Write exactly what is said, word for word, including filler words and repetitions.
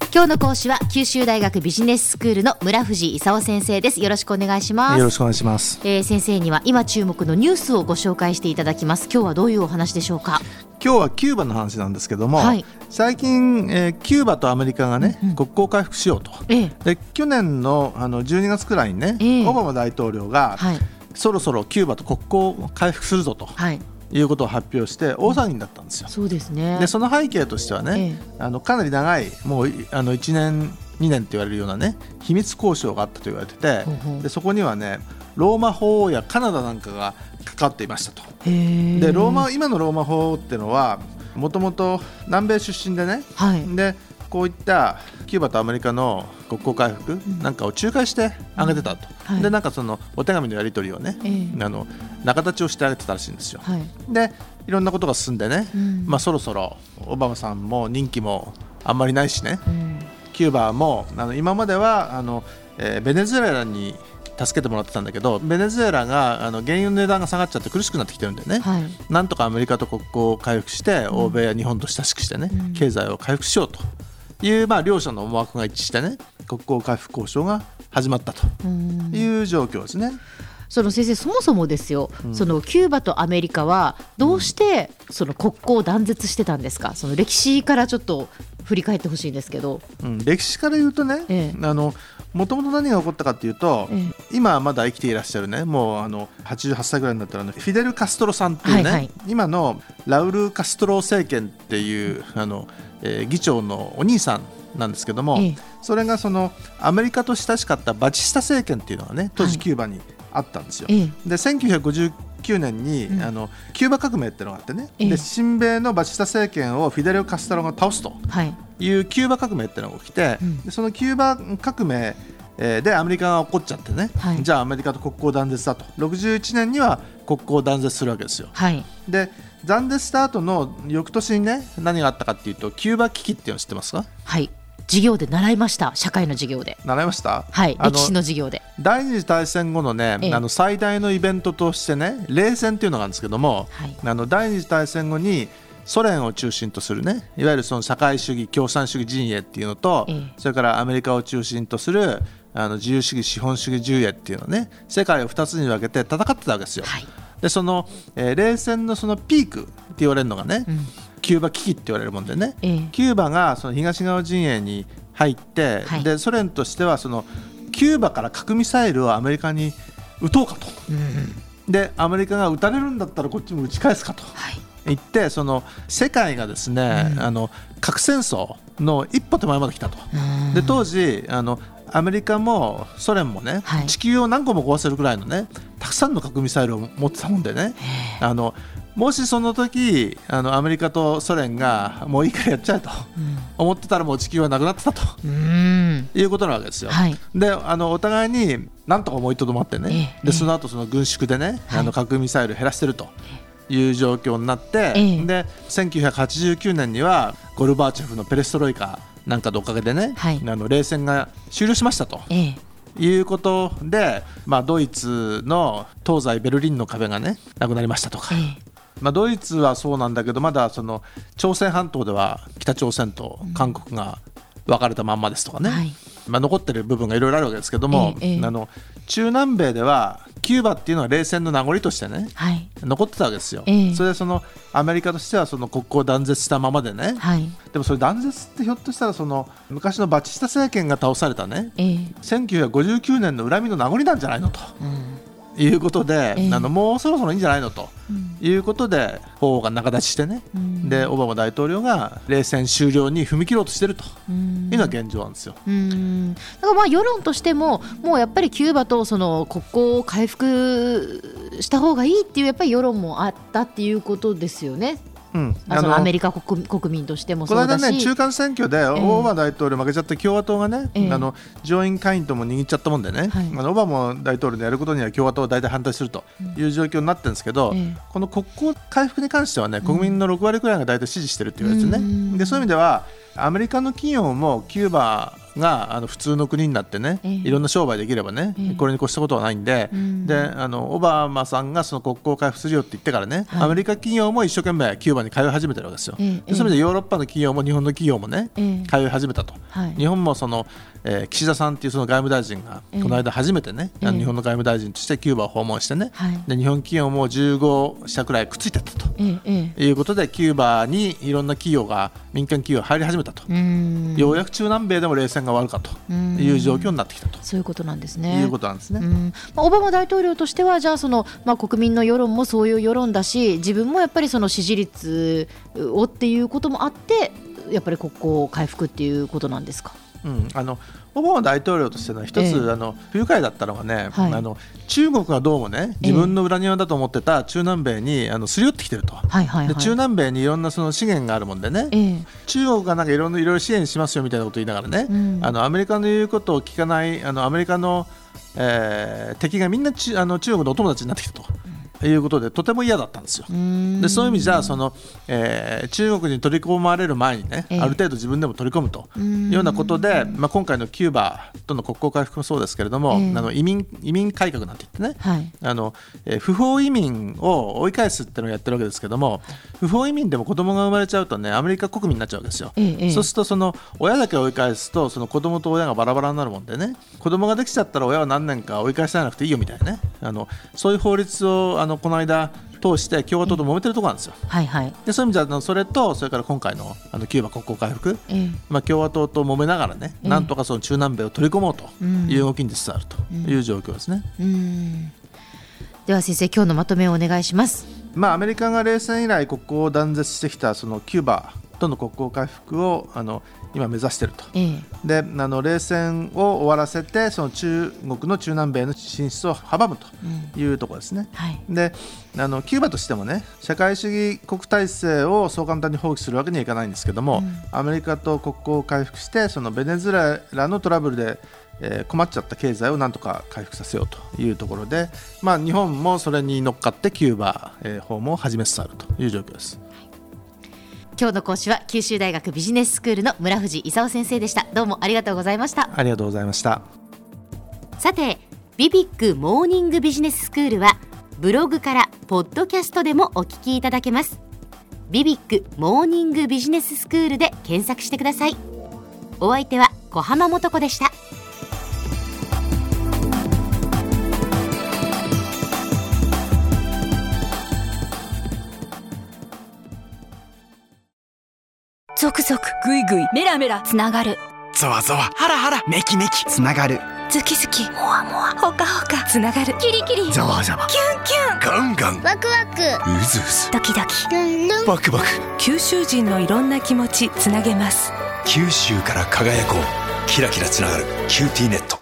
今日の講師は九州大学ビジネススクールの村藤勲先生です。よろしくお願いします。 よろしくお願いします。 えー、先生には今注目のニュースをご紹介していただきます。今日はどういうお話でしょうか。 今日はキューバの話なんですけども、はい、最近、えー、キューバとアメリカがね、うんうん、国交回復しようと、ええ、で去年 の, あのじゅうにがつくらいにね、ええ、オバマ大統領が、はい、そろそろキューバと国交を回復するぞと、はい、いうことを発表して大騒ぎになったんですよ、うん、 そうですね。 でその背景としてはね、ええ、あのかなり長いもうあのいちねんにねんと言われるようなね秘密交渉があったと言われてて、ほうほう、でそこにはねローマ法王やカナダなんかが関わっていましたと。でローマ今のローマ法王っていうのはもともと南米出身でね、はい、でこういったキューバとアメリカの国交回復なんかを仲介してあげてたと、うん、はい、でなんかそのお手紙のやり取りをね、えー、あの仲立ちをしてあげてたらしいんですよ、はい、でいろんなことが進んでね、うん、まあ、そろそろオバマさんも任期もあんまりないしね、うん、キューバもあの今まではあの、えー、ベネズエラに助けてもらってたんだけど、ベネズエラがあの原油の値段が下がっちゃって苦しくなってきてるんでね、はい、なんとかアメリカと国交を回復して、うん、欧米や日本と親しくしてね、うん、経済を回復しようという、まあ、両者の思惑が一致してね国交回復交渉が始まったという状況ですね。 その先生、そもそもですよ、うん、そのキューバとアメリカはどうしてその国交を断絶してたんですか。その歴史からちょっと振り返ってほしいんですけど、 うん、歴史から言うとね、ええ、あのもともと何が起こったかというと、ええ、今まだ生きていらっしゃるねもうあのはちじゅうはっさいぐらいになったら、ね、フィデル・カストロさんっていうね、はいはい、今のラウル・カストロ政権っていうあの、えー、議長のお兄さんなんですけども、ええ、それがそのアメリカと親しかったバチスタ政権っていうのがね当時キューバにあったんですよ、はい、でせんきゅうひゃくごじゅうきゅうねんに、うん、あのキューバ革命っていうのがあってね、ええ、で親米のバチスタ政権をフィデル・カストロが倒すというキューバ革命っていうのが起きて、うん、でそのキューバ革命でアメリカが起こっちゃってね、はい、じゃあアメリカと国交断絶だとろくじゅういちねんには国交断絶するわけですよ、はい、で断絶した後の翌年にね何があったかっていうとキューバ危機っていうの知ってますか。 はい、授業で習いました。社会の授業で習いました。 はい、歴史の授業で第二次大戦後のね、ええ、あの最大のイベントとしてね冷戦っていうのがあるんですけども、はい、あの第二次大戦後にソ連を中心とするねいわゆるその社会主義共産主義陣営っていうのと、ええ、それからアメリカを中心とするあの自由主義資本主義陣営っていうのね世界をふたつに分けて戦ってたわけですよ、はい、でその、えー、冷戦のそのピークって言われるのがね、うん、キューバ危機って言われるもんでね、ええ、キューバがその東側陣営に入って、はい、でソ連としてはそのキューバから核ミサイルをアメリカに撃とうかと、うん、でアメリカが撃たれるんだったらこっちも撃ち返すかと、はい、言ってその世界がですね、うん、あの核戦争の一歩手前まで来たと。で当時あのアメリカもソ連もね、はい、地球を何個も壊せるくらいのねたくさんの核ミサイルを持ってたもんでね、あのもしその時あのアメリカとソ連がもういいからやっちゃえと、うん、思ってたらもう地球はなくなってたと、うん、いうことなわけですよ、はい、であのお互いに何とか思いとどまってね、えー、でその後その軍縮でね、はい、あの核ミサイル減らしてるという状況になって、えー、でせんきゅうひゃくはちじゅうきゅうねんにはゴルバーチョフのペレストロイカなんかのおかげでね、はい、あの冷戦が終了しましたと、えーいうことで、まあ、ドイツの東西ベルリンの壁がねなくなりましたとか、えーまあ、ドイツはそうなんだけどまだその朝鮮半島では北朝鮮と韓国が分かれたまんまですとかね、うんはいまあ、残ってる部分がいろいろあるわけですけども、えーえー、あの中南米ではキューバっていうのは冷戦の名残としてね、はい、残ってたわけですよ、えー、それでそのアメリカとしてはその国交を断絶したままでね、はい、でもそれ断絶ってひょっとしたらその昔のバチスタ政権が倒されたね、えー、せんきゅうひゃくごじゅうきゅうねんの恨みの名残なんじゃないのと、うんいうことで、えー、あのもうそろそろいいんじゃないのと、うん、いうことで法王が仲立ちしてね、うん、でオバマ大統領が冷戦終了に踏み切ろうとしているというのが現状なんですよ。 うんだからまあ世論としてももうやっぱりキューバとその国交を回復した方がいいっていうやっぱり世論もあったっていうことですよね。うん、あそのアメリカ 国, 国民としてもそうだし、 この間、ね、中間選挙でオバマ大統領負けちゃって共和党がね、えー、あの上院下院とも握っちゃったもんでね、はい、あのオバマ大統領のやることには共和党は大体反対するという状況になってるんですけど、うんえー、この国交回復に関してはね国民のろくわりくらいが大体支持してるって言われてね、うん、でそういう意味ではアメリカの企業もキューバがあの普通の国になってね、えー、いろんな商売できればね、えー、これに越したことはないんで、うん、であのオバマさんがその国交回復するよって言ってからね、はい、アメリカ企業も一生懸命キューバに通い始めてるわけですよ、えー、でそういう意味でヨーロッパの企業も日本の企業もね、えー、通い始めたと、はい、日本もその、えー、岸田さんっていうその外務大臣がこの間初めてね、えー、あの日本の外務大臣としてキューバを訪問してね、はい、で日本企業もじゅうごしゃくらいくっついてたと、えー、いうことでキューバにいろんな企業が民間企業が入り始めたと、うんようやく中南米でも冷戦が終わるかという状況になってきたと、 そういうことなんですね。 いうことなんですね。 うんまあ、オバマ大統領としてはじゃあその、まあ、国民の世論もそういう世論だし自分もやっぱりその支持率をっていうこともあってやっぱり国交回復っていうことなんですか。 うん、あのオバマ大統領としての一つ、えー、あの不愉快だったのがね、はい、あの中国がどうもね自分の裏庭だと思ってた中南米にあのすり寄ってきてると、はいはいはい、で中南米にいろんなその資源があるもんでね、えー、中国がなんかいろいろ支援しますよみたいなことを言いながらね、うん、あのアメリカの言うことを聞かないあのアメリカの、えー、敵がみんなちあの中国のお友達になってきたと。いうことでとても嫌だったんですよ。でそういう意味じゃその、えー、中国に取り込まれる前にね、えー、ある程度自分でも取り込むというようなことで、まあ、今回のキューバとの国交回復もそうですけれども、えー、あの移民、移民改革なんて言ってね、はい、あのえー、不法移民を追い返すっていうのをやってるわけですけども、不法移民でも子供が生まれちゃうとねアメリカ国民になっちゃうわけですよ、えー、そうするとその親だけ追い返すとその子供と親がバラバラになるもんでね、子供ができちゃったら親は何年か追い返さなくていいよみたいなね、あのそういう法律をあのこの間通して共和党と揉めてるところなんですよ、はいはい、でそういう意味じゃそれとそれから今回 の, あのキューバ国交回復、えーまあ、共和党と揉めながらね、えー、なんとかその中南米を取り込もうという動きに出つつあるという状況ですね、うんうん、 では先生今日のまとめをお願いします。 まあ、アメリカが冷戦以来国交を断絶してきたそのキューバとの国交回復をあの今目指していると、ええ、であの冷戦を終わらせてその中国の中南米の進出を阻むというところですね、うんはい、であのキューバとしてもね社会主義国体制をそう簡単に放棄するわけにはいかないんですけども、うん、アメリカと国交を回復してそのベネズエラのトラブルでえー、困っちゃった経済をなんとか回復させようというところで、まあ、日本もそれに乗っかってキューバ、えー、訪問を始めつつあるという状況です。 今日の講師は九州大学ビジネススクールの村藤勲先生でした。どうもありがとうございました。 ありがとうございました。 さてビビックモーニングビジネススクールはブログからポッドキャストでもお聞きいただけます。ビビックモーニングビジネススクールで検索してください。お相手は小浜もとこでした。ゾクゾクグイグイメラメラつながる、 ゾワゾワハラハラメキメキつながる、 ズキズキモワモワホカホカつながる、キリキリザワザワキュンキュンガンガンワクワクウズウズドキドキルンルンバクバク、 九州人のいろんな気持ちつなげます。 九州から輝こう、キラキラつながるキューティーネット。